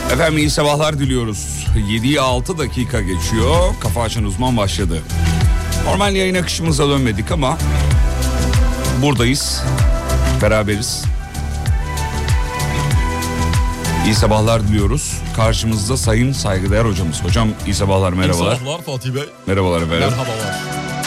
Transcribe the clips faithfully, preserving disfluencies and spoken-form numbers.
Efendim iyi sabahlar diliyoruz. yediye altı dakika geçiyor. Kafa Açan Uzman başladı. Normal yayın akışımıza dönmedik ama buradayız. Beraberiz. İyi sabahlar diliyoruz. Karşımızda sayın saygıdeğer hocamız. Hocam iyi sabahlar, merhabalar. İyi sabahlar Fatih Bey. Merhabalar efendim. Merhabalar.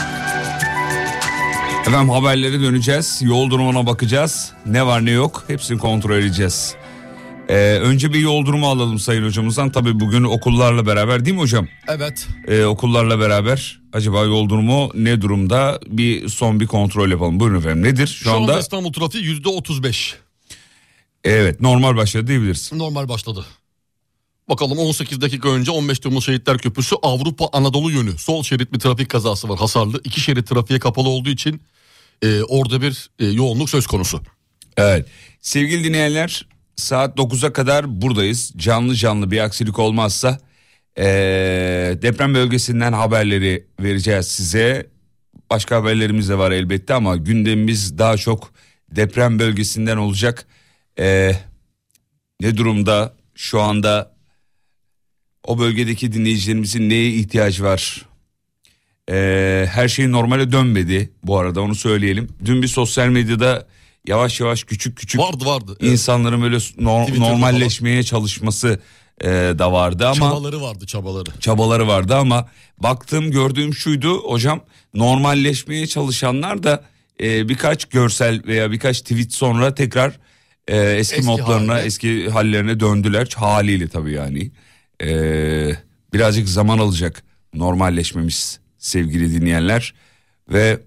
Efendim haberlere döneceğiz. Yol durumuna bakacağız. Ne var ne yok hepsini kontrol edeceğiz. Ee, önce bir yol durumu alalım sayın hocamızdan. Tabii bugün okullarla beraber değil mi hocam? Evet. Ee, okullarla beraber acaba yol durumu ne durumda? Bir son bir kontrol yapalım. Buyurun efendim, nedir? Şu, Şu anda anda İstanbul trafiği yüzde otuz beş. Evet, normal başladı diyebiliriz. Normal başladı. Bakalım on sekiz dakika önce on beş Temmuz Şehitler Köprüsü Avrupa Anadolu yönü sol şerit bir trafik kazası var, hasarlı. İki şerit trafiğe kapalı olduğu için e, orada bir e, yoğunluk söz konusu. Evet sevgili dinleyenler, saat dokuza kadar buradayız. Canlı canlı bir aksilik olmazsa ee, deprem bölgesinden haberleri vereceğiz size. Başka haberlerimiz de var elbette ama gündemimiz daha çok deprem bölgesinden olacak. Ee, ne durumda şu anda o bölgedeki dinleyicilerimizin neye ihtiyacı var? Ee, her şey normale dönmedi bu arada, onu söyleyelim. Dün bir sosyal medyada yavaş yavaş küçük küçük vardı vardı insanların böyle no- normalleşmeye çalışması e, da vardı ama çabaları vardı çabaları çabaları vardı ama baktığım gördüğüm şuydu hocam, normalleşmeye çalışanlar da e, birkaç görsel veya birkaç tweet sonra tekrar e, eski, eski modlarına haline. eski hallerine döndüler haliyle tabii. Yani e, birazcık zaman alacak normalleşmemiz sevgili dinleyenler. Ve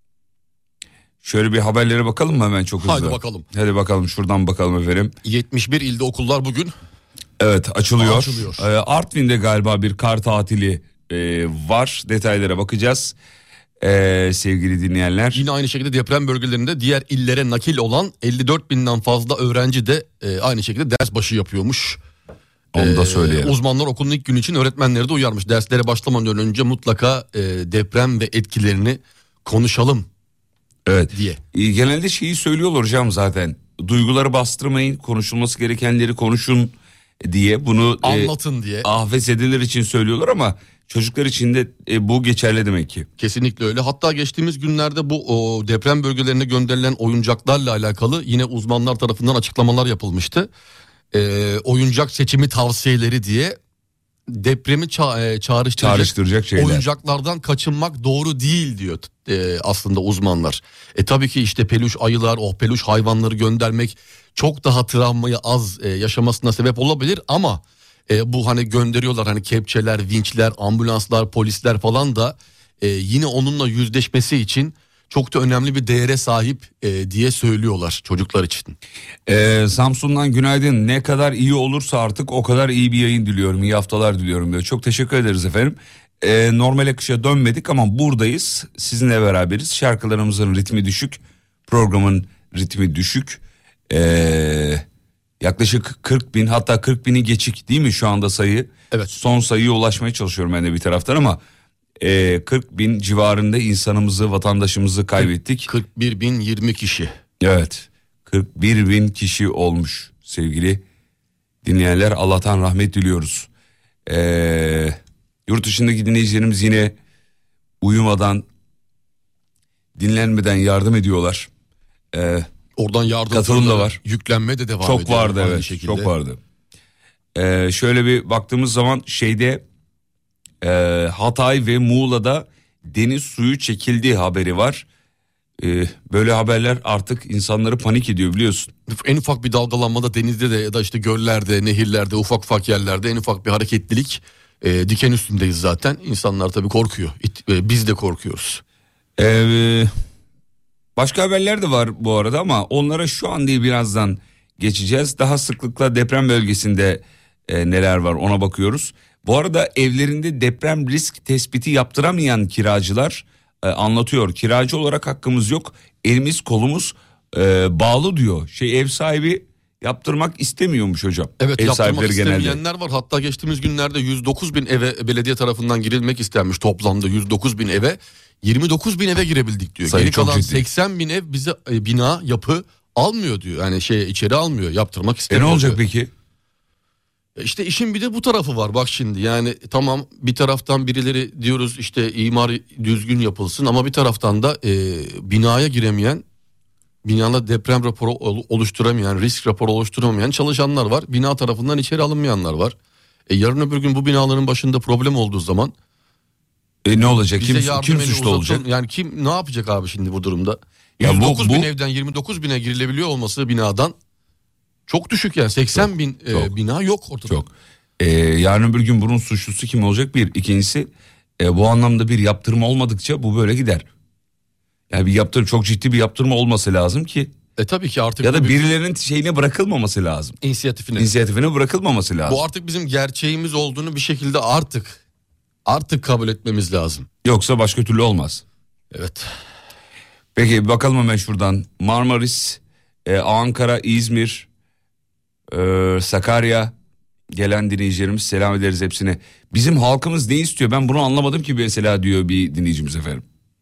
şöyle bir haberlere bakalım mı hemen çok hızlı? Hadi bakalım. Hadi bakalım şuradan bakalım efendim. yetmiş bir ilde okullar bugün. Evet açılıyor. açılıyor. Ee, Artvin'de galiba bir kar tatili e, var. Detaylara bakacağız. Ee, sevgili dinleyenler. Yine aynı şekilde deprem bölgelerinde diğer illere nakil olan elli dört binden fazla öğrenci de e, aynı şekilde ders başı yapıyormuş. Onu da söyleyelim. Ee, uzmanlar okulun ilk günü için öğretmenleri de uyarmış. Derslere başlamadan önce mutlaka e, deprem ve etkilerini konuşalım. Evet. Diye. E, genelde şeyi söylüyorlar hocam zaten. Duyguları bastırmayın, konuşulması gerekenleri konuşun diye, bunu anlatın e, diye. Ahvezedeler için söylüyorlar ama çocuklar için de e, bu geçerli demek ki. Kesinlikle öyle. Hatta geçtiğimiz günlerde bu o, deprem bölgelerine gönderilen oyuncaklarla alakalı yine uzmanlar tarafından açıklamalar yapılmıştı. E, oyuncak seçimi tavsiyeleri diye depremi ça- çağrıştıracak, çağrıştıracak şeyler. Oyuncaklardan kaçınmak doğru değil diyor e, aslında uzmanlar. E tabii ki işte peluş ayılar, o peluş hayvanları göndermek çok daha travmayı az e, yaşamasına sebep olabilir ama e, bu hani gönderiyorlar hani kepçeler, vinçler, ambulanslar, polisler falan da e, yine onunla yüzleşmesi için çok da önemli bir değere sahip e, diye söylüyorlar çocuklar için. Ee, Samsun'dan günaydın. Ne kadar iyi olursa artık o kadar iyi bir yayın diliyorum. İyi haftalar diliyorum diyor. Çok teşekkür ederiz efendim. Ee, normal akışa dönmedik ama buradayız. Sizinle beraberiz. Şarkılarımızın ritmi düşük. Programın ritmi düşük. Ee, yaklaşık kırk bin, hatta kırk bini geçik değil mi şu anda sayı? Evet. Son sayıya ulaşmaya çalışıyorum ben de bir taraftan ama e, kırk bin civarında insanımızı, vatandaşımızı kaybettik. kırk bir bin yirmi kişi. Evet. kırk bir bin kişi olmuş sevgili dinleyenler. Allah'tan rahmet diliyoruz. Ee, yurt dışındaki dinleyicilerimiz yine uyumadan, dinlenmeden yardım ediyorlar. Ee, Oradan yardım katılım da var. Yüklenme de devam çok ediyor. vardı aynı evet. şekilde. Çok vardı. Ee, şöyle bir baktığımız zaman şeyde e, Hatay ve Muğla'da deniz suyu çekildiği haberi var. Ee, böyle haberler artık insanları panik ediyor biliyorsun. En ufak bir dalgalanmada denizde de ya da işte göllerde, nehirlerde, ufak ufak yerlerde en ufak bir hareketlilik e, diken üstündeyiz zaten. İnsanlar tabii korkuyor. İt, e, biz de korkuyoruz. Ee, başka haberler de var bu arada ama onlara şu an değil, birazdan geçeceğiz. Daha sıklıkla deprem bölgesinde e, neler var ona bakıyoruz. Bu arada evlerinde deprem risk tespiti yaptıramayan kiracılar e, anlatıyor. Kiracı olarak hakkımız yok. Elimiz kolumuz e, bağlı diyor. Şey ev sahibi yaptırmak istemiyormuş hocam. Evet, ev yaptırmak istemeyenler genelde var. Hatta geçtiğimiz günlerde yüz dokuz bin eve belediye tarafından girilmek istenmiş, toplamda yüz dokuz bin eve. yirmi dokuz bin eve girebildik diyor. Sayı Geri kalan ciddi. seksen bin ev bize e, bina yapı almıyor diyor. Yani şey içeri almıyor, yaptırmak E istemiyor. ne olacak diyor. peki? İşte işin bir de bu tarafı var bak şimdi, yani tamam bir taraftan birileri diyoruz işte imar düzgün yapılsın ama bir taraftan da e, binaya giremeyen, binada deprem raporu oluşturamayan, risk raporu oluşturamayan çalışanlar var. Bina tarafından içeri alınmayanlar var. E, yarın öbür gün bu binaların başında problem olduğu zaman e, ne olacak? Kim, kim suçlu uzatın, olacak? Yani kim ne yapacak abi şimdi bu durumda? Ya yüz bu, dokuz bu... bin evden yirmi dokuz bine girilebiliyor olması binadan çok düşük yani. seksen çok, bin çok, e, bina yok ortada. Çok. Ee, yarın öbür gün bunun suçlusu kim olacak? Bir. İkincisi e, bu anlamda bir yaptırma olmadıkça bu böyle gider. Yani bir yaptırım, çok ciddi bir yaptırma olması lazım ki. E tabii ki artık. Ya da birilerinin şeyine bırakılmaması lazım. İnisiyatifine. İnisiyatifine bırakılmaması lazım. Bu artık bizim gerçeğimiz olduğunu bir şekilde artık artık kabul etmemiz lazım. Yoksa başka türlü olmaz. Evet. Peki bakalım hemen şuradan. Marmaris, e, Ankara, İzmir, e, Sakarya gelen dinleyicilerimiz, selam ederiz hepsine. Bizim halkımız ne istiyor? Ben bunu anlamadım ki mesela, diyor bir dinleyicimiz efendim.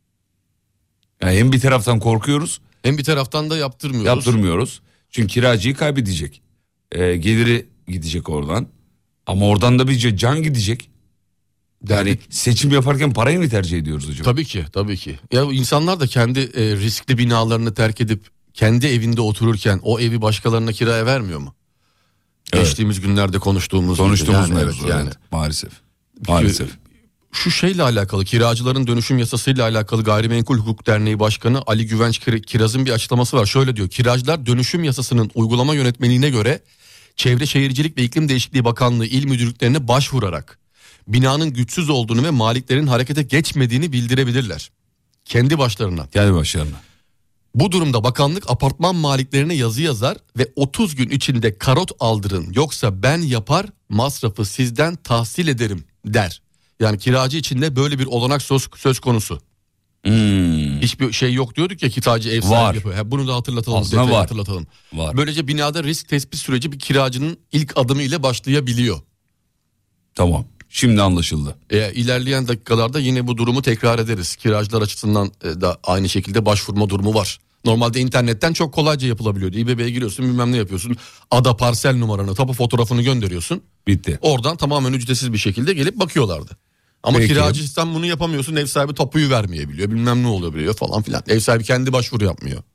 Yani hem bir taraftan korkuyoruz, hem bir taraftan da yaptırmıyoruz. Yaptırmıyoruz. Çünkü kiracıyı kaybedecek. E, geliri gidecek oradan. Ama oradan da bir can gidecek. Yani Derdik. Seçim yaparken parayı mı tercih ediyoruz hocam? Tabii ki, tabii ki. Ya insanlar da kendi e, riskli binalarını terk edip kendi evinde otururken o evi başkalarına kiraya vermiyor mu? Evet. Geçtiğimiz günlerde konuştuğumuz konuştuğumuz yani, mevzu, evet, yani. Evet, maalesef. Maalesef. Şu şeyle alakalı, kiracıların dönüşüm yasasıyla alakalı Gayrimenkul Hukuk Derneği Başkanı Ali Güvenç Kiraz'ın bir açıklaması var. Şöyle diyor: kiracılar dönüşüm yasasının uygulama yönetmeliğine göre Çevre Şehircilik ve İklim Değişikliği Bakanlığı il müdürlüklerine başvurarak binanın güçsüz olduğunu ve maliklerin harekete geçmediğini bildirebilirler. Kendi başlarına. Kendi başlarına. Bu durumda bakanlık apartman maliklerine yazı yazar ve otuz gün içinde karot aldırın, yoksa ben yapar masrafı sizden tahsil ederim der. Yani kiracı için de böyle bir olanak söz, söz konusu. Hmm. Hiçbir şey yok diyorduk ya, kiracı ev sahibi yapıyor. Ha, bunu da hatırlatalım. Aslında var. hatırlatalım. Var. Böylece binada risk tespit süreci bir kiracının ilk adımı ile başlayabiliyor. Tamam. Şimdi anlaşıldı. E, ilerleyen dakikalarda yine bu durumu tekrar ederiz. Kiracılar açısından da aynı şekilde başvurma durumu var. Normalde internetten çok kolayca yapılabiliyordu. İBB'ye giriyorsun, bilmem ne yapıyorsun. Ada parsel numaranı, tapu fotoğrafını gönderiyorsun. Bitti. Oradan tamamen ücretsiz bir şekilde gelip bakıyorlardı. Ama Peki. kiracı sen bunu yapamıyorsun. Ev sahibi tapuyu vermeyebiliyor. Bilmem ne olabiliyor falan filan. Ev sahibi kendi başvuru yapmıyor.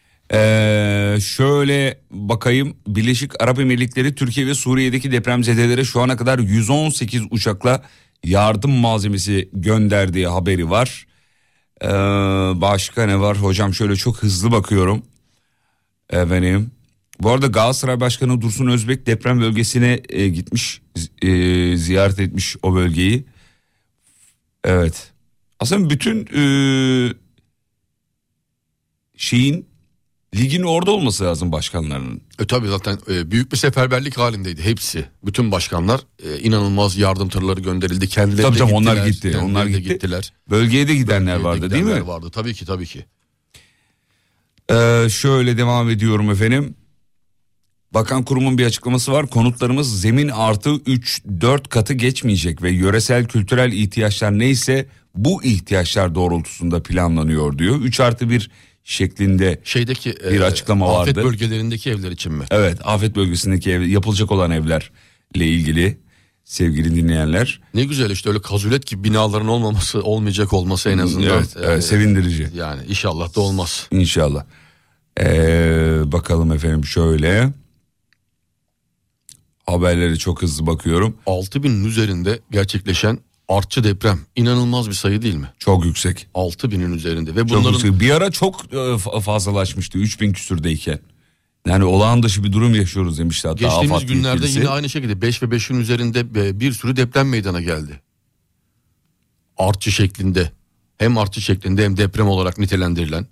Ee, şöyle bakayım. Birleşik Arap Emirlikleri Türkiye ve Suriye'deki depremzedelere şu ana kadar yüz on sekiz uçakla yardım malzemesi gönderdiği haberi var. Ee, başka ne var hocam? Şöyle çok hızlı bakıyorum. Efendim. Bu arada Galatasaray Başkanı Dursun Özbek deprem bölgesine e, gitmiş. E, ziyaret etmiş o bölgeyi. Evet. Aslında bütün e, şeyin, ligin orada olması lazım başkanlarının. E tabii zaten e, büyük bir seferberlik halindeydi hepsi. Bütün başkanlar e, inanılmaz yardım tırları gönderildi. Kendileri tabii de tabii gittiler. onlar gitti. Onlar gitti. gittiler. Bölgeye de gidenler Bölgeye vardı de gidenler değil mi? Vardı tabii ki tabii ki. Ee, şöyle devam ediyorum efendim. Bakan kurumun bir açıklaması var. Konutlarımız zemin artı üç dört katı geçmeyecek ve yöresel kültürel ihtiyaçlar neyse bu ihtiyaçlar doğrultusunda planlanıyor diyor. üç artı bir şeklinde şeydeki bir açıklama e, vardı. Afet bölgelerindeki evler için mi? Evet, afet bölgesindeki ev, yapılacak olan evlerle ilgili sevgili dinleyenler. Ne güzel işte, öyle kazulet gibi binaların olmaması, olmayacak olması en azından. Evet, evet e, sevindirici. Yani inşallah da olmaz. İnşallah. Ee, bakalım efendim şöyle. Haberleri çok hızlı bakıyorum. altı binin üzerinde gerçekleşen artçı deprem. İnanılmaz bir sayı değil mi? Çok yüksek. altı binin üzerinde. Ve çok bunların... yüksek. Bir ara çok fazlalaşmıştı üç bin küsürdeyken. Yani olağan dışı bir durum yaşıyoruz demişti hatta. Geçtiğimiz günlerde yetkilisi. Yine aynı şekilde beş ve beşin üzerinde bir sürü deprem meydana geldi. Artçı şeklinde. Hem artçı şeklinde hem deprem olarak nitelendirilen.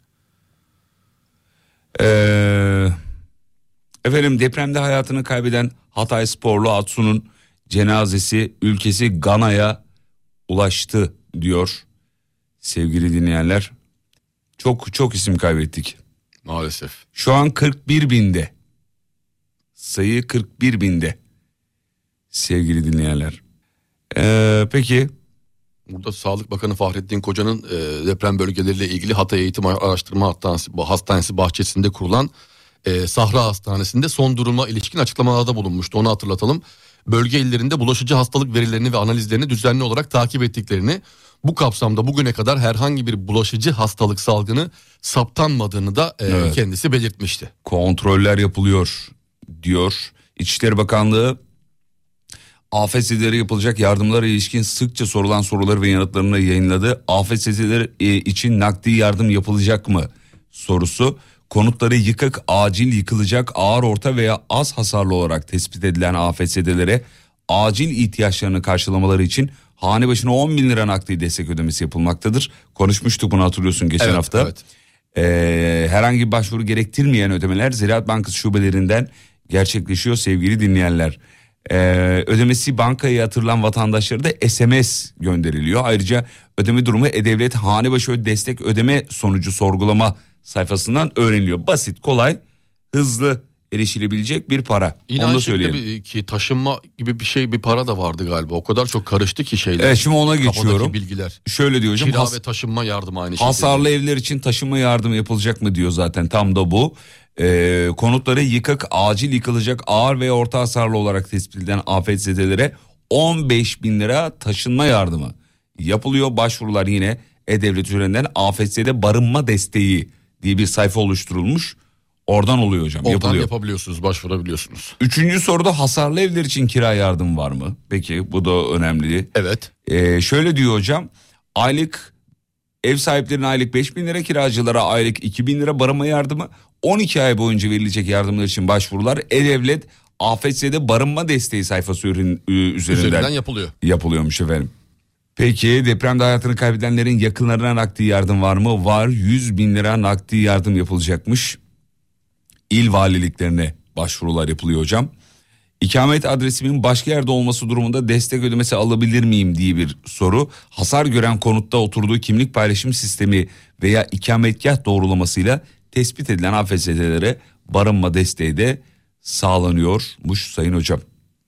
Ee, efendim depremde hayatını kaybeden Hatay sporlu Atsu'nun cenazesi ülkesi Gana'ya ulaştı diyor sevgili dinleyenler. Çok çok isim kaybettik. Maalesef. Şu an kırk bir binde. Sayı kırk bir binde sevgili dinleyenler. Ee, peki. Burada Sağlık Bakanı Fahrettin Koca'nın e, deprem bölgeleriyle ilgili Hatay Eğitim Araştırma Hastanesi, Hastanesi bahçesinde kurulan e, Sahra Hastanesi'nde son duruma ilişkin açıklamalarda bulunmuştu. Onu hatırlatalım. bölge illerinde bulaşıcı hastalık verilerini ve analizlerini düzenli olarak takip ettiklerini, bu kapsamda bugüne kadar herhangi bir bulaşıcı hastalık salgını saptanmadığını da e, evet. kendisi belirtmişti. Kontroller yapılıyor diyor. İçişleri Bakanlığı afetzedelere yapılacak yardımlara ilişkin sıkça sorulan soruları ve yanıtlarını yayınladı. Afetzedeler için nakdi yardım yapılacak mı sorusu. Konutları yıkık, acil yıkılacak, ağır, orta veya az hasarlı olarak tespit edilen afetzedelere acil ihtiyaçlarını karşılamaları için hane başına on bin lira nakdi destek ödemesi yapılmaktadır. Konuşmuştuk bunu, hatırlıyorsun geçen evet, hafta. Evet. Ee, herhangi bir başvuru gerektirmeyen ödemeler Ziraat Bankası şubelerinden gerçekleşiyor sevgili dinleyenler. Ee, ödemesi bankaya yatırılan vatandaşlara da S M S gönderiliyor. Ayrıca ödeme durumu E-Devlet Hanebaşı Destek Ödeme Sonucu Sorgulama sayfasından öğreniliyor. Basit, kolay, hızlı erişilebilecek bir para. Yine onu da söyleyeyim. Ki taşınma gibi bir şey, bir para da vardı galiba. O kadar çok karıştı ki şeyler. Evet, şimdi ona geçiyorum. Bilgiler. Şöyle diyor hocam. Kira has- ve taşınma yardımı aynı şekilde. Hasarlı evler için taşınma yardımı yapılacak mı diyor zaten, tam da bu. Ee, konutları yıkık, acil yıkılacak, ağır veya orta hasarlı olarak tespit edilen afetzedelere on beş bin lira taşınma yardımı yapılıyor. Başvurular yine E-Devlet üzerinden afetzede barınma desteği diye bir sayfa oluşturulmuş. Oradan oluyor hocam. Oradan yapılıyor. yapabiliyorsunuz, başvurabiliyorsunuz. Üçüncü soruda hasarlı evler için kira yardım var mı? Peki, bu da önemli. Evet. Ee, şöyle diyor hocam. Aylık ev sahiplerine aylık beş bin lira, kiracılara aylık iki bin lira barınma yardımı. on iki ay boyunca verilecek yardımlar için başvurular E-Devlet afetzede barınma desteği sayfası üzerinden, üzerinden yapılıyor. Yapılıyormuş efendim. Peki, depremde hayatını kaybedenlerin yakınlarına nakdi yardım var mı? Var. yüz bin lira nakdi yardım yapılacakmış. İl valiliklerine başvurular yapılıyor hocam. İkamet adresimin başka yerde olması durumunda destek ödemesi alabilir miyim diye bir soru. Hasar gören konutta oturduğu kimlik paylaşım sistemi veya ikametgah doğrulamasıyla tespit edilen afetzedelere barınma desteği de sağlanıyormuş sayın hocam.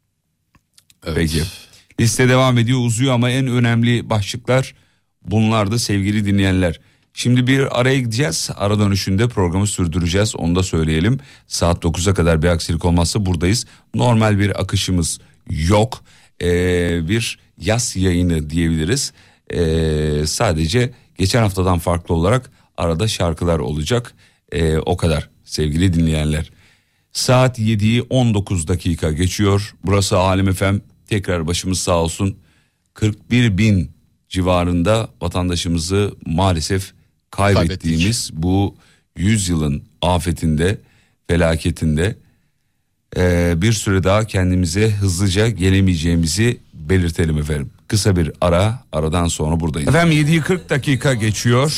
Evet. Peki. Liste devam ediyor, uzuyor ama en önemli başlıklar bunlardı sevgili dinleyenler. Şimdi bir araya gideceğiz. Ara dönüşünde programı sürdüreceğiz. Onu da söyleyelim. Saat dokuza kadar bir aksilik olmazsa buradayız. Normal bir akışımız yok. Ee, bir yaz yayını diyebiliriz. Ee, sadece geçen haftadan farklı olarak arada şarkılar olacak. Ee, o kadar sevgili dinleyenler. Saat yediyi on dokuz dakika geçiyor. Burası Alem F M. Tekrar başımız sağ olsun. kırk bir bin civarında vatandaşımızı maalesef kaybettiğimiz Kaybettik. bu yüzyılın afetinde, felaketinde e, bir süre daha kendimize hızlıca gelemeyeceğimizi belirtelim efendim. Kısa bir ara, aradan sonra buradayız. Efendim yediyi kırk dakika geçiyor.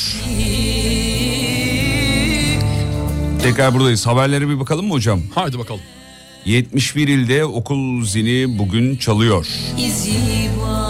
Tekrar buradayız. Haberlere bir bakalım mı hocam? Haydi bakalım. yetmiş bir ilde okul zili bugün çalıyor. İzi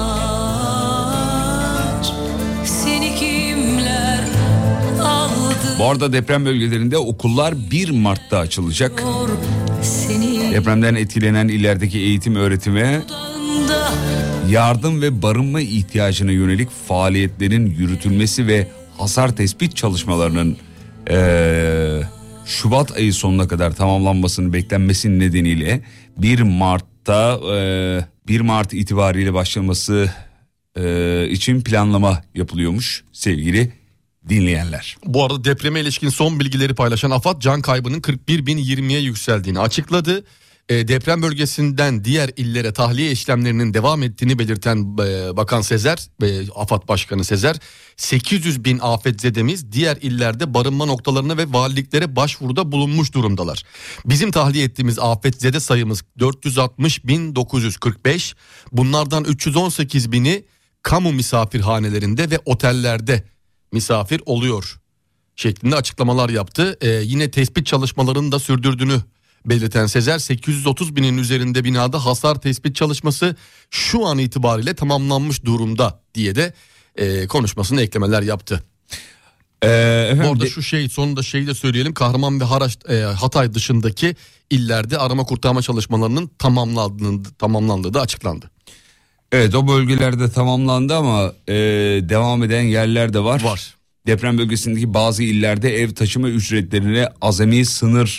var, seni kimler aldı? Bu arada deprem bölgelerinde okullar bir Mart'ta açılacak. Seni depremden etkilenen illerdeki eğitim öğretime, yardım ve barınma ihtiyacına yönelik faaliyetlerin yürütülmesi ve hasar tespit çalışmalarının ee, Şubat ayı sonuna kadar tamamlanmasının beklenmesinin nedeniyle bir Mart'ta bir Mart itibariyle başlaması için planlama yapılıyormuş sevgili dinleyenler. Bu arada depreme ilişkin son bilgileri paylaşan AFAD can kaybının kırk bir bin yirmiye yükseldiğini açıkladı. E, deprem bölgesinden diğer illere tahliye işlemlerinin devam ettiğini belirten e, Bakan Sezer, e, AFAD Başkanı Sezer, sekiz yüz bin afetzedemiz diğer illerde barınma noktalarına ve valiliklere başvuruda bulunmuş durumdalar. Bizim tahliye ettiğimiz afetzede sayımız dört yüz altmış bin dokuz yüz kırk beş. Bunlardan üç yüz on sekiz bini kamu misafirhanelerinde ve otellerde misafir oluyor şeklinde açıklamalar yaptı. E, yine tespit çalışmalarını da sürdürdüğünü belirten Sezer, sekiz yüz otuz binin üzerinde binada hasar tespit çalışması şu an itibariyle tamamlanmış durumda diye de e, konuşmasına eklemeler yaptı. Ee, Bu arada de... şu şey sonunda şeyi de söyleyelim, Kahraman ve Haraç, e, Hatay dışındaki illerde arama kurtarma çalışmalarının tamamlandığı, tamamlandığı da açıklandı. Evet, o bölgelerde tamamlandı ama e, devam eden yerler de var. Var. Deprem bölgesindeki bazı illerde ev taşıma ücretlerine azami sınır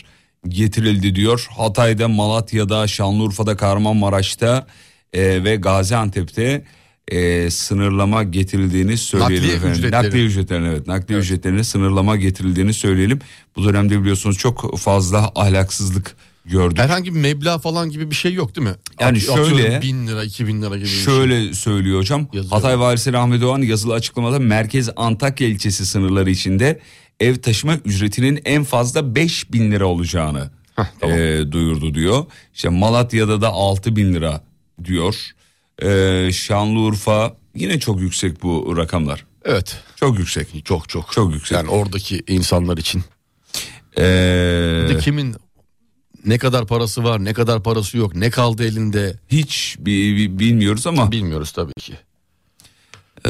getirildi diyor. Hatay'da, Malatya'da, Şanlıurfa'da, Kahramanmaraş'ta e, ve Gaziantep'te e, sınırlama getirildiğini söyleyelim nakliye efendim. Ücretleri. Nakliye ücretlerine evet, nakliye Evet. ücretlerine sınırlama getirildiğini söyleyelim. Bu dönemde biliyorsunuz çok fazla ahlaksızlık gördük. Herhangi bir meblağ falan gibi bir şey yok değil mi? Yani At- şöyle- atıyorum bin lira, iki bin lira gibi bir şey. Şöyle söylüyor hocam. Yazıyor. Hatay Valisi Rahmi Doğan yazılı açıklamada merkez Antakya ilçesi sınırları içinde ev taşıma ücretinin en fazla beş bin lira olacağını Heh, tamam. e, duyurdu diyor. İşte Malatya'da da altı bin lira diyor. E, Şanlıurfa yine çok yüksek bu rakamlar. Evet. Çok yüksek. Çok çok. Çok yüksek. Yani oradaki insanlar için. E, Bir de kimin ne kadar parası var, ne kadar parası yok, ne kaldı elinde hiç bi- bi- bilmiyoruz ama. bilmiyoruz tabii ki. Ee,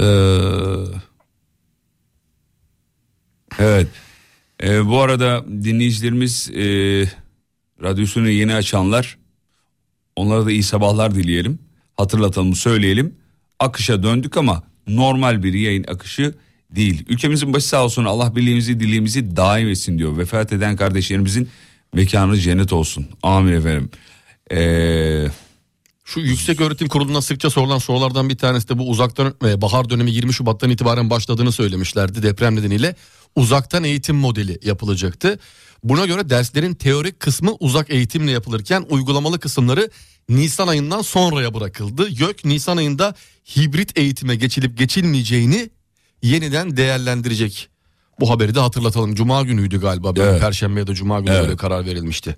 evet. Ee, bu arada dinleyicilerimiz e, radyosunu yeni açanlar, onlara da iyi sabahlar dileyelim. Hatırlatalım, söyleyelim. Akışa döndük ama normal bir yayın akışı değil. Ülkemizin başı sağ olsun, Allah birliğimizi dileğimizi daim etsin diyor. Vefat eden kardeşlerimizin mekanı cennet olsun. Amin efendim. Eee... Şu Yüksek Öğretim Kurulu'na sıkça sorulan sorulardan bir tanesi de bu uzaktan e, bahar dönemi yirmi Şubat'tan itibaren başladığını söylemişlerdi. Deprem nedeniyle uzaktan eğitim modeli yapılacaktı. Buna göre derslerin teorik kısmı uzak eğitimle yapılırken uygulamalı kısımları Nisan ayından sonraya bırakıldı. YÖK Nisan ayında hibrit eğitime geçilip geçilmeyeceğini yeniden değerlendirecek. Bu haberi de hatırlatalım. Cuma günüydü galiba. Evet. Perşembe ya da Cuma günü Evet. böyle karar verilmişti.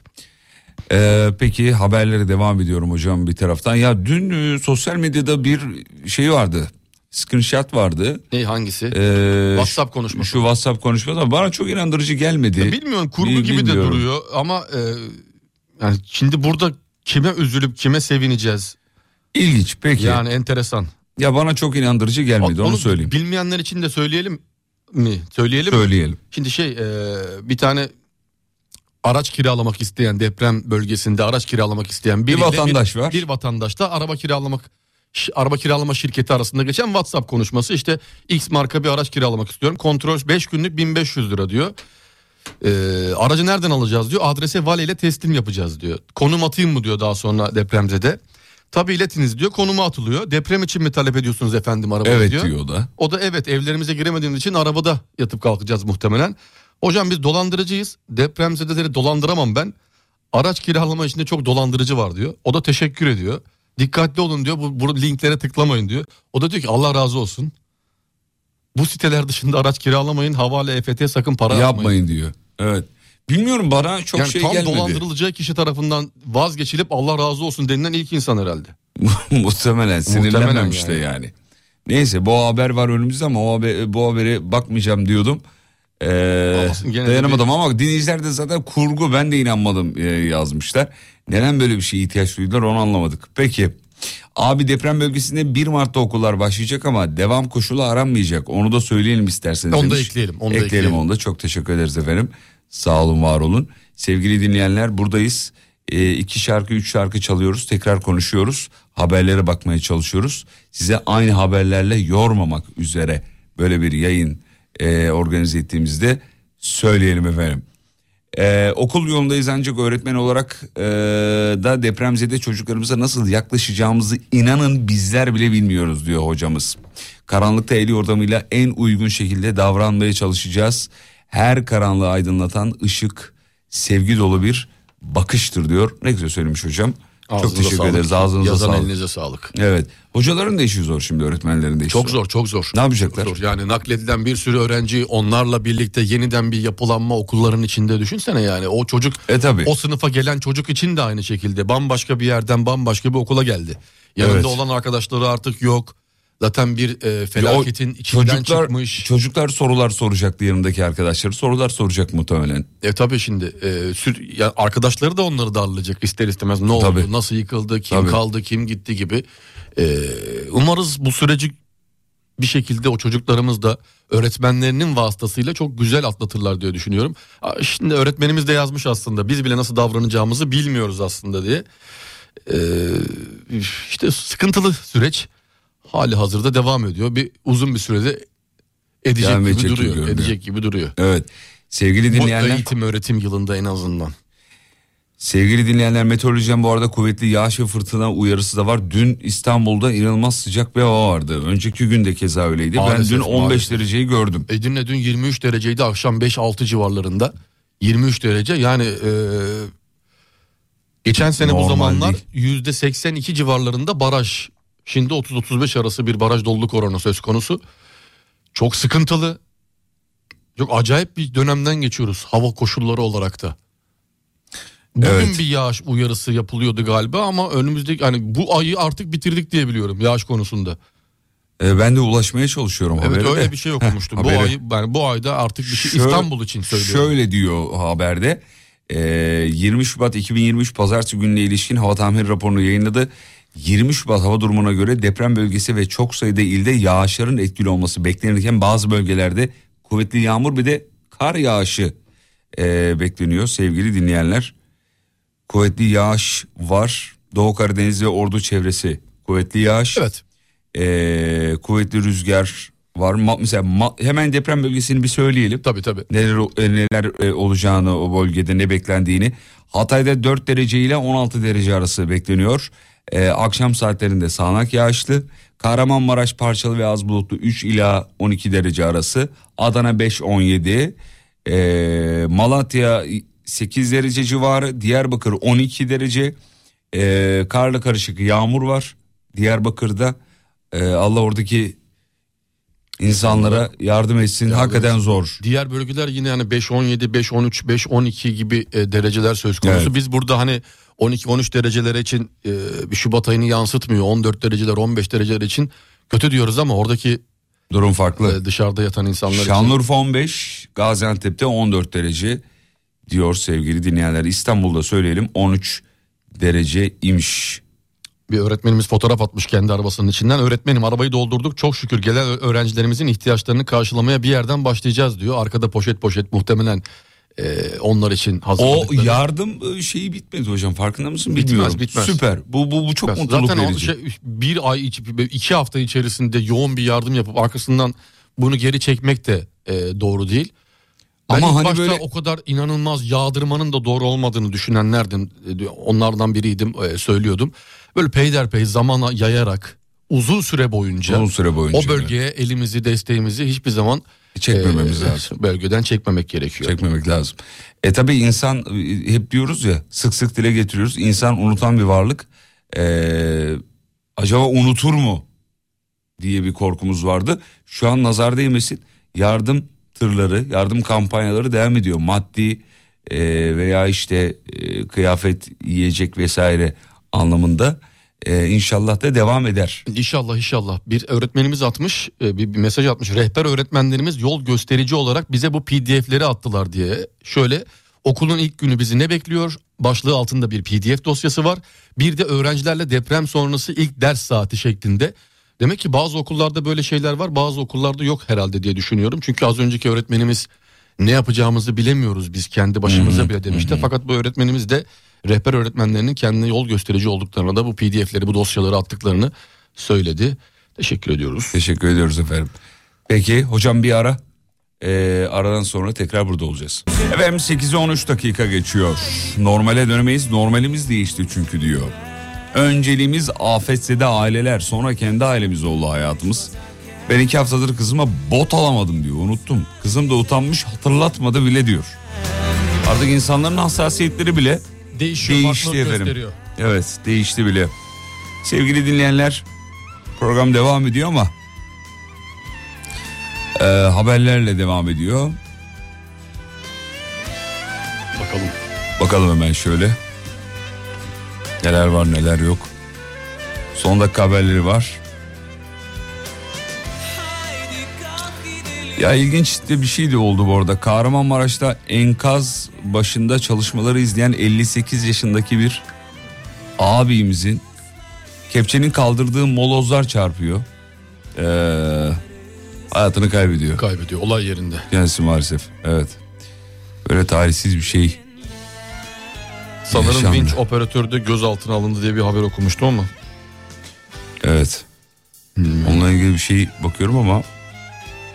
Ee, peki haberlere devam ediyorum hocam bir taraftan. Ya dün e, sosyal medyada bir şey vardı. Screenshot vardı. Ne hangisi? Ee, WhatsApp konuşması. Şu WhatsApp konuşması ama bana çok inandırıcı gelmedi. Ya bilmiyorum, kurgu Bil- gibi bilmiyorum. de duruyor ama e, yani şimdi burada kime üzülüp kime sevineceğiz? İlginç peki. Yani enteresan. Ya bana çok inandırıcı gelmedi, onu, söyleyeyim. Bilmeyenler için de söyleyelim mi? Söyleyelim mi? Söyleyelim. Şimdi şey e, bir tane araç kiralamak isteyen, deprem bölgesinde araç kiralamak isteyen Bir biriyle vatandaş var. Bir vatandaş da araba kiralamak ş- araba kiralama şirketi arasında geçen WhatsApp konuşması. İşte X marka bir araç kiralamak istiyorum. Kontrol beş günlük bin beş yüz lira diyor. Ee, aracı nereden alacağız diyor. Adrese valiyle teslim yapacağız diyor. Konum atayım mı diyor daha sonra depremzede. Tabii iletiniz diyor. Konumu atılıyor. Deprem için mi talep ediyorsunuz efendim arabayı Evet diyor. diyor o da. O da evet, evlerimize giremediğimiz için arabada yatıp kalkacağız muhtemelen. Hocam biz dolandırıcıyız. Depremzedeleri dolandıramam ben. Araç kiralama işinde çok dolandırıcı var diyor. O da teşekkür ediyor. Dikkatli olun diyor. Bu, bu linklere tıklamayın diyor. O da diyor ki Allah razı olsun. Bu siteler dışında araç kiralamayın. Havale, E F T sakın para yapmayın. Yapmayın diyor. Evet. Bilmiyorum, bana çok Yani şey tam gelmedi. dolandırılacağı kişi tarafından vazgeçilip Allah razı olsun denilen ilk insan herhalde. Muhtemelen sinirlenmemiş de yani. yani. Neyse, bu haber var önümüzde ama o haber, bu habere bakmayacağım diyordum. Ee, Olsun, gene de dayanamadım bir- ama dinleyiciler de zaten kurgu, ben de inanmadım e, yazmışlar. Neden böyle bir şeye ihtiyaç duydular onu anlamadık. Peki abi, deprem bölgesinde bir Mart'ta okullar başlayacak ama devam koşulu aranmayacak. Onu da söyleyelim isterseniz. Onu da demiş. ekleyelim, onu da ekleyelim. ekleyelim. Onu da çok teşekkür ederiz efendim. Sağ olun, var olun. Sevgili dinleyenler, buradayız. E, iki şarkı üç şarkı çalıyoruz, tekrar konuşuyoruz. Haberlere bakmaya çalışıyoruz. Size aynı haberlerle yormamak üzere böyle bir yayın e, organize ettiğimizde söyleyelim efendim. Ee, okul yolundayız ancak öğretmen olarak e, da depremzede çocuklarımıza nasıl yaklaşacağımızı inanın bizler bile bilmiyoruz diyor hocamız. Karanlıkta el yordamıyla en uygun şekilde davranmaya çalışacağız. Her karanlığı aydınlatan ışık sevgi dolu bir bakıştır diyor. Ne güzel söylemiş hocam. Ağzınıza çok teşekkür sağlık. ederiz. Ağzınıza Yazan sağlık. elinize sağlık. Evet. Hocaların da işi zor şimdi, öğretmenlerin de işi Çok zor, çok zor. Ne yapacaklar? Çok zor. Yani nakledilen bir sürü öğrenci, onlarla birlikte yeniden bir yapılanma okulların içinde, düşünsene yani. O çocuk, E tabii. o sınıfa gelen çocuk için de aynı şekilde bambaşka bir yerden bambaşka bir okula geldi. Yanında Evet. olan arkadaşları artık yok. Zaten bir e, felaketin O içinden çocuklar, çıkmış. Çocuklar sorular soracaktı, yanındaki arkadaşları sorular soracak muhtemelen. E tabii şimdi e, sür, ya arkadaşları da onları darlayacak ister istemez. Ne oldu, Tabii. nasıl yıkıldı, kim Tabii. kaldı, kim gitti gibi. E, umarız bu süreci bir şekilde o çocuklarımız da öğretmenlerinin vasıtasıyla çok güzel atlatırlar diye düşünüyorum. Aa, Şimdi öğretmenimiz de yazmış aslında, biz bile nasıl davranacağımızı bilmiyoruz aslında diye. E, işte sıkıntılı süreç hali hazırda devam ediyor. Bir uzun bir sürede edecek Devam gibi edecek gibi duruyor. görünüyor. Edecek gibi duruyor. Evet. Sevgili Bu dinleyenler, eğitim öğretim yılında en azından. Sevgili dinleyenler, meteorolojiden bu arada kuvvetli yağış ve fırtına uyarısı da var. Dün İstanbul'da inanılmaz sıcak bir hava vardı. Önceki gün de keza öyleydi. Maalesef, ben dün on beş maalesef. dereceyi gördüm. Edirne dün yirmi üç dereceydi, akşam beş altı civarlarında. yirmi üç derece yani e, geçen sene Normal bu zamanlar değil. yüzde seksen iki civarlarında baraj. Şimdi otuz otuz beş arası bir baraj doluluk oranı söz konusu. Çok sıkıntılı. Çok acayip bir dönemden geçiyoruz hava koşulları olarak da. Bugün Evet. bir yağış uyarısı yapılıyordu galiba ama önümüzdeki hani bu ayı artık bitirdik diye biliyorum yağış konusunda. Ee, ben de ulaşmaya çalışıyorum Evet, habere öyle de. bir şey okumuştum. bu haberi. ayı yani bu ayda artık bir şey Şöyle- İstanbul için söylüyorum. Şöyle diyor haberde. Ee, yirmi Şubat iki bin yirmi üç Pazartesi gününe ilişkin hava tahmini raporunu yayınladı. yirmi Şubat hava durumuna göre deprem bölgesi ve çok sayıda ilde yağışların etkili olması beklenirken bazı bölgelerde kuvvetli yağmur bir de kar yağışı e, bekleniyor sevgili dinleyenler. Kuvvetli yağış var. Doğu Karadeniz ve Ordu çevresi kuvvetli yağış. Evet. E, kuvvetli rüzgar var. Ma- mesela ma- hemen deprem bölgesini bir söyleyelim. Tabii tabii. Neler e, neler e, olacağını, o bölgede ne beklendiğini. Hatay'da dört derece ile on altı derece arası bekleniyor. E, akşam saatlerinde sağanak yağışlı. Kahramanmaraş parçalı ve az bulutlu üç ila on iki derece arası. Adana beş on yedi. E, Malatya sekiz derece civarı. Diyarbakır on iki derece. E, karla karışık yağmur var Diyarbakır'da. E, Allah oradaki İnsanlara yardım etsin. Yardım Hakikaten etsin. zor. Diğer bölgeler yine hani beş on yedi, beş on üç, beş on iki gibi e, dereceler söz konusu. Evet. Biz burada hani on iki on üç dereceler için e, bir Şubat ayını yansıtmıyor. on dört dereceler, on beş dereceler için kötü diyoruz ama oradaki Durum farklı. e, dışarıda yatan insanlar için. Şanlıurfa on beş, Gaziantep'te on dört derece diyor sevgili dinleyenler. İstanbul'da söyleyelim on üç derece imiş. Bir öğretmenimiz fotoğraf atmış kendi arabasının içinden. Öğretmenim arabayı doldurduk, çok şükür gelen öğrencilerimizin ihtiyaçlarını karşılamaya bir yerden başlayacağız diyor. Arkada poşet poşet muhtemelen e, onlar için O hazırladıkları. yardım şeyi bitmedi hocam, farkında mısın? Bitmez, Bilmiyorum. bitmez. Süper. Bu bu bu çok Zaten mutluluk o verici. şey, bir ay içi, iki hafta içerisinde yoğun bir yardım yapıp arkasından bunu geri çekmek de e, doğru değil. Ben Ama ilk hani başta böyle- o kadar inanılmaz yağdırmanın da doğru olmadığını düşünenlerdim. E, Onlardan biriydim, e, söylüyordum. Böyle peyderpey zamana yayarak uzun süre boyunca, Uzun süre boyunca, o bölgeye elimizi, desteğimizi hiçbir zaman Çekmememiz e, lazım. bölgeden çekmemek gerekiyor. Çekmemek lazım. E tabi insan, e, hep diyoruz ya, sık sık dile getiriyoruz. İnsan unutan bir varlık. Ee, acaba unutur mu diye bir korkumuz vardı. Şu an nazar değmesin. Yardım tırları, yardım kampanyaları devam ediyor. Maddi e, veya işte e, kıyafet, yiyecek vesaire anlamında. E, inşallah da devam eder. İnşallah inşallah. Bir öğretmenimiz atmış, e, bir, bir mesaj atmış. Rehber öğretmenlerimiz yol gösterici olarak bize bu P D F'leri attılar diye. Şöyle, okulun ilk günü bizi ne bekliyor? Başlığı altında bir P D F dosyası var. Bir de öğrencilerle deprem sonrası ilk ders saati şeklinde. Demek ki bazı okullarda böyle şeyler var, bazı okullarda yok herhalde diye düşünüyorum. Çünkü az önceki öğretmenimiz ne yapacağımızı bilemiyoruz biz kendi başımıza bile demişti. Fakat bu öğretmenimiz de rehber öğretmenlerinin kendine yol gösterici olduklarına da bu P D F'leri, bu dosyaları attıklarını söyledi. Teşekkür ediyoruz. Teşekkür ediyoruz efendim. Peki hocam bir ara. Ee, aradan sonra tekrar burada olacağız. Efendim sekize on üç dakika geçiyor. Normale dönemeyiz. Normalimiz değişti çünkü diyor. Önceliğimiz afetzede aileler, sonra kendi ailemiz oldu hayatımız. Ben iki haftadır kızıma bot alamadım diyor, unuttum. Kızım da utanmış, hatırlatmadı bile diyor. Artık insanların hassasiyetleri bile Değişiyor, değişti farklılık efendim. gösteriyor. Evet, değişti bile. Sevgili dinleyenler, program devam ediyor ama e, haberlerle devam ediyor. Bakalım. Bakalım hemen şöyle. Neler var neler yok. Son dakika haberleri var. Ya ilginç de bir şey de oldu bu arada. Kahramanmaraş'ta enkaz başında çalışmaları izleyen elli sekiz yaşındaki bir abimizin kepçenin kaldırdığı molozlar çarpıyor. Ee, hayatını kaybediyor. Kaybediyor olay yerinde. Kendisi maalesef. Evet. Böyle talihsiz bir şey. Sanırım Yaşandı. vinç operatörü de gözaltına alındı diye bir haber okumuştum ama. Evet. Hmm. Onunla ilgili bir şey bakıyorum ama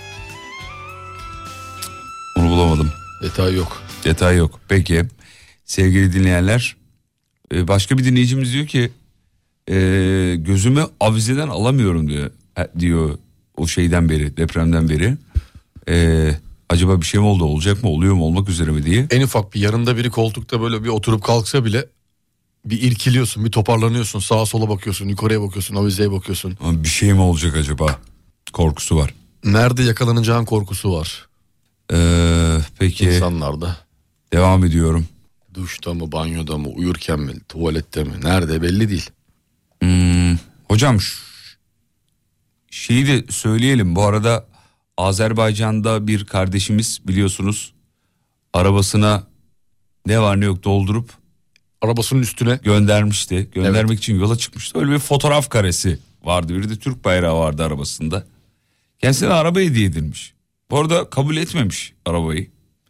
onu bulamadım. Detay yok. Detay yok. Peki. sevgili dinleyenler. Ee, başka bir dinleyicimiz diyor ki e, gözümü avizeden alamıyorum diyor. E, diyor o şeyden beri, depremden beri. E, acaba bir şey mi oldu, olacak mı, oluyor mu, olmak üzere mi diye. En ufak bir yanında biri koltukta böyle bir oturup kalksa bile bir irkiliyorsun, bir toparlanıyorsun, sağa sola bakıyorsun, yukarıya bakıyorsun, avizeye bakıyorsun. Ama bir şey mi olacak acaba korkusu var. Nerede yakalanacağın korkusu var. Ee, peki. İnsanlarda. Devam ediyorum. Duşta mı, banyoda mı, uyurken mi, tuvalette mi, nerede belli değil. Hmm, hocam şeyi de söyleyelim, bu arada Azerbaycan'da bir kardeşimiz biliyorsunuz arabasına ne var ne yok doldurup arabasının üstüne göndermişti. Göndermek evet. için yola çıkmıştı. Öyle bir fotoğraf karesi vardı. Bir de Türk bayrağı vardı arabasında. Kendisine araba hediye edilmiş. Bu arada kabul etmemiş arabayı.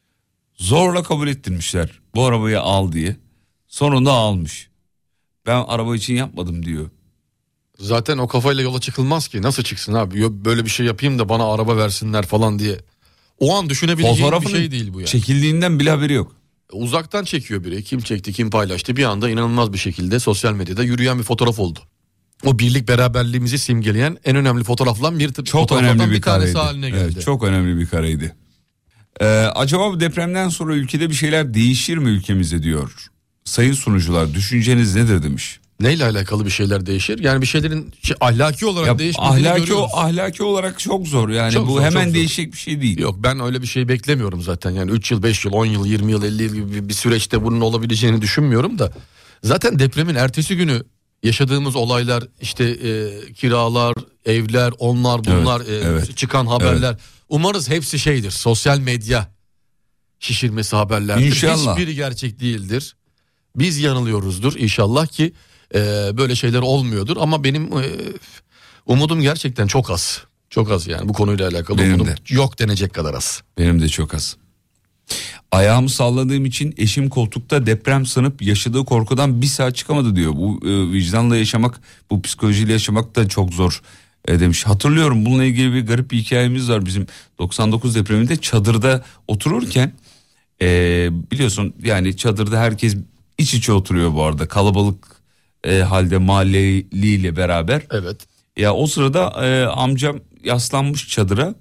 Zorla kabul ettirmişler. Bu arabayı al diye. Sonunda almış. Ben araba için yapmadım diyor. Zaten o kafayla yola çıkılmaz ki. Nasıl çıksın abi? Böyle bir şey yapayım da bana araba versinler falan diye. O an düşünebileceğin bir şey değil bu yani. Çekildiğinden bile haberi yok. Uzaktan çekiyor biri. Kim çekti, kim paylaştı. Bir anda inanılmaz bir şekilde sosyal medyada yürüyen bir fotoğraf oldu. O birlik beraberliğimizi simgeleyen en önemli fotoğraflardan bir, çok önemli bir, bir tanesi kareydi. haline geldi. Evet, çok önemli bir kareydi. Ee, acaba bu depremden sonra ülkede bir şeyler değişir mi ülkemizde diyor. Sayın sunucular, düşünceniz nedir demiş. Neyle alakalı bir şeyler değişir? Yani bir şeylerin şey, ahlaki olarak ya, değişmediğini ahlaki, görüyoruz. Ahlaki olarak çok zor yani çok bu zor, hemen değişecek bir şey değil. Yok, ben öyle bir şey beklemiyorum zaten. Yani üç yıl, beş yıl, on yıl, yirmi yıl, elli yıl gibi bir süreçte bunun olabileceğini düşünmüyorum da. Zaten depremin ertesi günü yaşadığımız olaylar işte e, kiralar, evler, onlar bunlar, evet, e, evet. çıkan haberler. Evet. Umarız hepsi şeydir, sosyal medya şişirmesi haberlerdir. İnşallah. Hiçbiri gerçek değildir. Biz yanılıyoruzdur inşallah ki e, böyle şeyler olmuyordur. Ama benim e, umudum gerçekten çok az. Çok az yani bu konuyla alakalı benim umudum de. Yok denecek kadar az. Benim de çok az. Ayağımı salladığım için eşim koltukta deprem sanıp yaşadığı korkudan bir saat çıkamadı diyor. Bu e, vicdanla yaşamak, bu psikolojiyle yaşamak da çok zor e, demiş. Hatırlıyorum, bununla ilgili bir garip bir hikayemiz var. Bizim doksan dokuz depreminde çadırda otururken e, biliyorsun yani çadırda herkes iç içe oturuyor bu arada. Kalabalık e, halde mahalleliyle beraber. Evet. Ya o sırada e, amcam yaslanmış çadıra.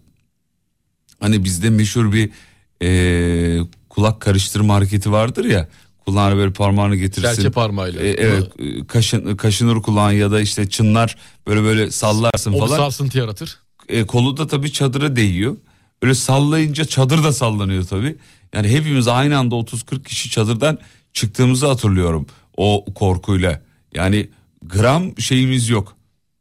Hani bizde meşhur bir e, kulak karıştırma hareketi vardır ya. Kulağına böyle parmağını getirsin. Serçe parmağıyla. E, evet, kaşın, kaşınır kulağın ya da işte çınlar, böyle böyle sallarsın o falan. O sarsıntı yaratır. E, kolu da tabii çadıra değiyor. Öyle sallayınca çadır da sallanıyor tabii. Yani hepimiz aynı anda otuz kırk kişi çadırdan çıktığımızı hatırlıyorum o korkuyla. Yani gram şeyimiz yok.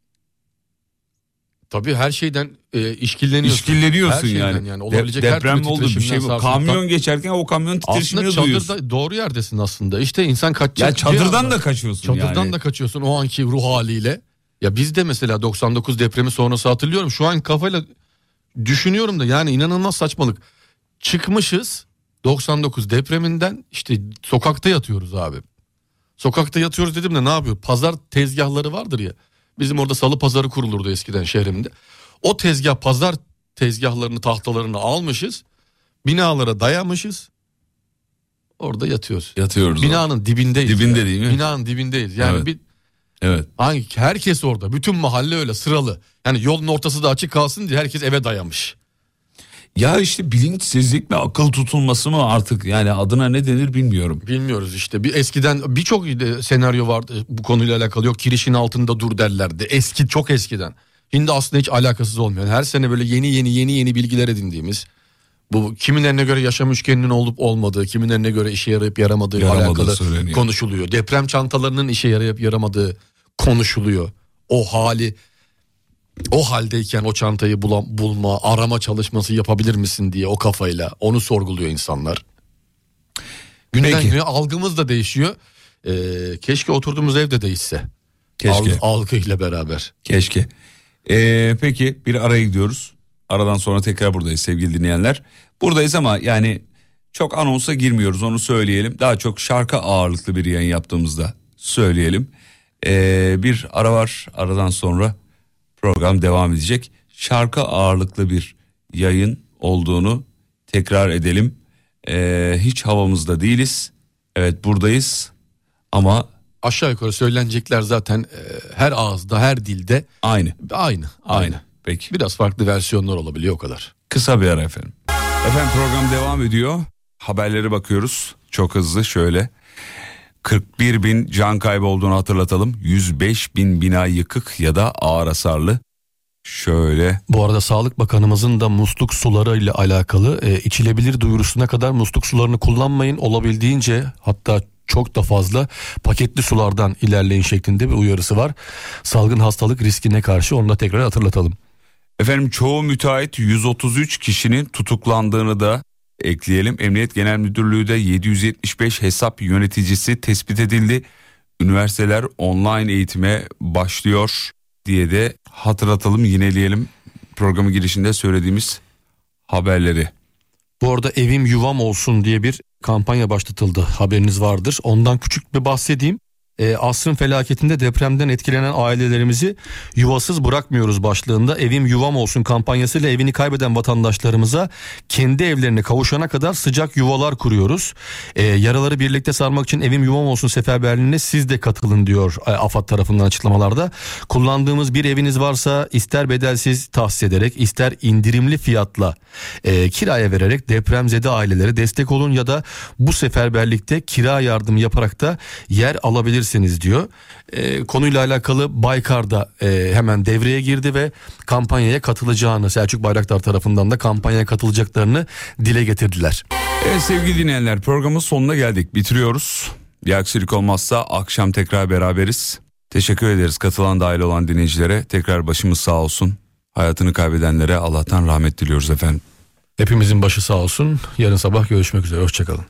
Tabii her şeyden e, işkilleniyorsun. İşkilleniyorsun her yani. yani. Olabilecek De, her deprem oldu bir şey bu. Kamyon geçerken o kamyon titreşimini aslında duyuyorsun. Çadırda doğru yerdesin aslında. İşte insan kaçacak. Ya çadırdan da kaçıyorsun çadırdan yani. Çadırdan da kaçıyorsun o anki ruh haliyle. Ya biz de mesela doksan dokuz depremi sonrası hatırlıyorum. Şu an kafayla düşünüyorum da yani inanılmaz saçmalık. Çıkmışız doksan dokuz depreminden, işte sokakta yatıyoruz abi. Sokakta yatıyoruz dedim de ne yapıyor? Pazar tezgahları vardır ya. Bizim orada salı pazarı kurulurdu eskiden şehrimde. O tezgah, pazar tezgahlarını, tahtalarını almışız. Binalara dayamışız. Orada yatıyoruz. Yatıyoruz. Binanın orada. Dibindeyiz. Dibinde yani. değil mi? Binanın dibindeyiz. Yani evet. bir Evet. Hangi herkes orada. Bütün mahalle öyle sıralı. Yani yolun ortası da açık kalsın diye herkes eve dayamış. Ya işte bilinçsizlik mi, akıl tutulması mı artık, yani adına ne denir bilmiyorum. Bilmiyoruz işte. Bir eskiden birçok senaryo vardı bu konuyla alakalı. Yok kirişin altında dur derlerdi. Eski, çok eskiden. Şimdi aslında hiç alakasız olmuyor. Her sene böyle yeni yeni yeni yeni bilgiler edindiğimiz. Bu kimilerine göre yaşam üçgeninin olup olmadığı, kimilerine göre işe yarayıp yaramadığı Yaramadığı alakalı söyleniyor. Konuşuluyor. Deprem çantalarının işe yarayıp yaramadığı konuşuluyor. O hali, o haldeyken o çantayı bula, bulma, arama çalışması yapabilir misin diye o kafayla onu sorguluyor insanlar. Günden güne algımız da değişiyor. Ee, keşke oturduğumuz evde değişse. Keşke. Al, algıyla beraber. Keşke. Ee, peki bir araya gidiyoruz. Aradan sonra tekrar buradayız sevgili dinleyenler. Buradayız ama yani çok anonsa girmiyoruz, onu söyleyelim. Daha çok şarkı ağırlıklı bir yayın yaptığımızda söyleyelim. Ee, bir ara var, aradan sonra program devam edecek. Şarkı ağırlıklı bir yayın olduğunu tekrar edelim. Ee, hiç havamızda değiliz. Evet buradayız ama aşağı yukarı söylenecekler zaten e, her ağızda, her dilde aynı. Aynı, aynı. Aynı. Peki. Biraz farklı versiyonlar olabiliyor, o kadar. Kısa bir ara efendim. Efendim program devam ediyor. Haberlere bakıyoruz. Çok hızlı şöyle. kırk bir bin can kaybı olduğunu hatırlatalım. yüz beş bin bina yıkık ya da ağır hasarlı. Şöyle. Bu arada Sağlık Bakanımızın da musluk suları ile alakalı e, içilebilir duyurusuna kadar musluk sularını kullanmayın. Olabildiğince, hatta çok da fazla paketli sulardan ilerleyin şeklinde bir uyarısı var. Salgın hastalık riskine karşı, onu da tekrar hatırlatalım. Efendim çoğu müteahhit yüz otuz üç kişinin tutuklandığını da ekleyelim. Emniyet Genel Müdürlüğü'de yedi yüz yetmiş beş hesap yöneticisi tespit edildi. Üniversiteler online eğitime başlıyor diye de hatırlatalım, yineleyelim programın girişinde söylediğimiz haberleri. Bu arada evim yuvam olsun diye bir kampanya başlatıldı, haberiniz vardır. Ondan küçük bir bahsedeyim. E, asrın felaketinde depremden etkilenen ailelerimizi yuvasız bırakmıyoruz başlığında evim yuvam olsun kampanyasıyla evini kaybeden vatandaşlarımıza kendi evlerine kavuşana kadar sıcak yuvalar kuruyoruz. E, yaraları birlikte sarmak için evim yuvam olsun seferberliğine siz de katılın diyor e, AFAD tarafından açıklamalarda. Kullandığımız bir eviniz varsa ister bedelsiz tahsis ederek, ister indirimli fiyatla e, kiraya vererek depremzede ailelere destek olun ya da bu seferberlikte kira yardımı yaparak da yer alabilirsiniz diyor. E, konuyla alakalı Baykar da e, hemen devreye girdi ve kampanyaya katılacağını, Selçuk Bayraktar tarafından da kampanyaya katılacaklarını dile getirdiler. Evet sevgili dinleyenler, programın sonuna geldik, bitiriyoruz. Bir aksilik olmazsa akşam tekrar beraberiz. Teşekkür ederiz katılan, dahil olan dinleyicilere. Tekrar başımız sağ olsun. Hayatını kaybedenlere Allah'tan rahmet diliyoruz efendim. Hepimizin başı sağ olsun. Yarın sabah görüşmek üzere. Hoşçakalın.